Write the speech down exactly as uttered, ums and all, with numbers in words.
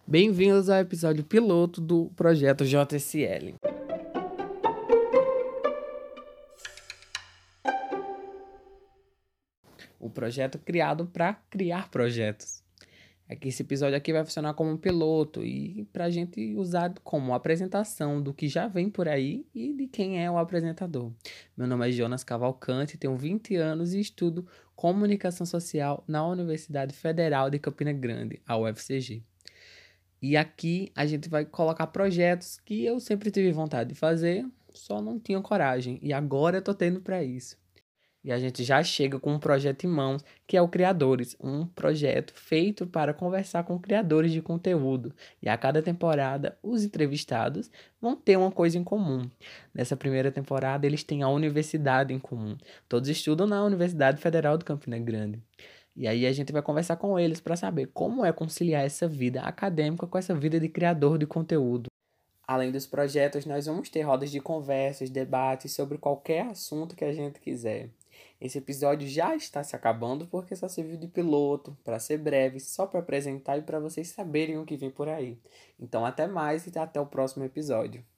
Bem-vindos ao episódio piloto do projeto J S L. O projeto criado para criar projetos. É que esse episódio aqui vai funcionar como um piloto e para a gente usar como apresentação do que já vem por aí e de quem é o apresentador. Meu nome é Jonas Cavalcante, tenho vinte anos e estudo Comunicação Social na Universidade Federal de Campina Grande, a U F C G. E aqui a gente vai colocar projetos que eu sempre tive vontade de fazer, só não tinha coragem. E agora eu tô tendo para isso. E a gente já chega com um projeto em mãos, que é o Criadores, um projeto feito para conversar com criadores de conteúdo. E a cada temporada, os entrevistados vão ter uma coisa em comum. Nessa primeira temporada, eles têm a universidade em comum. Todos estudam na Universidade Federal de Campina Grande. E aí a gente vai conversar com eles para saber como é conciliar essa vida acadêmica com essa vida de criador de conteúdo. Além dos projetos, nós vamos ter rodas de conversas, debates sobre qualquer assunto que a gente quiser. Esse episódio já está se acabando porque só serviu de piloto, para ser breve, só para apresentar e para vocês saberem o que vem por aí. Então até mais e até o próximo episódio.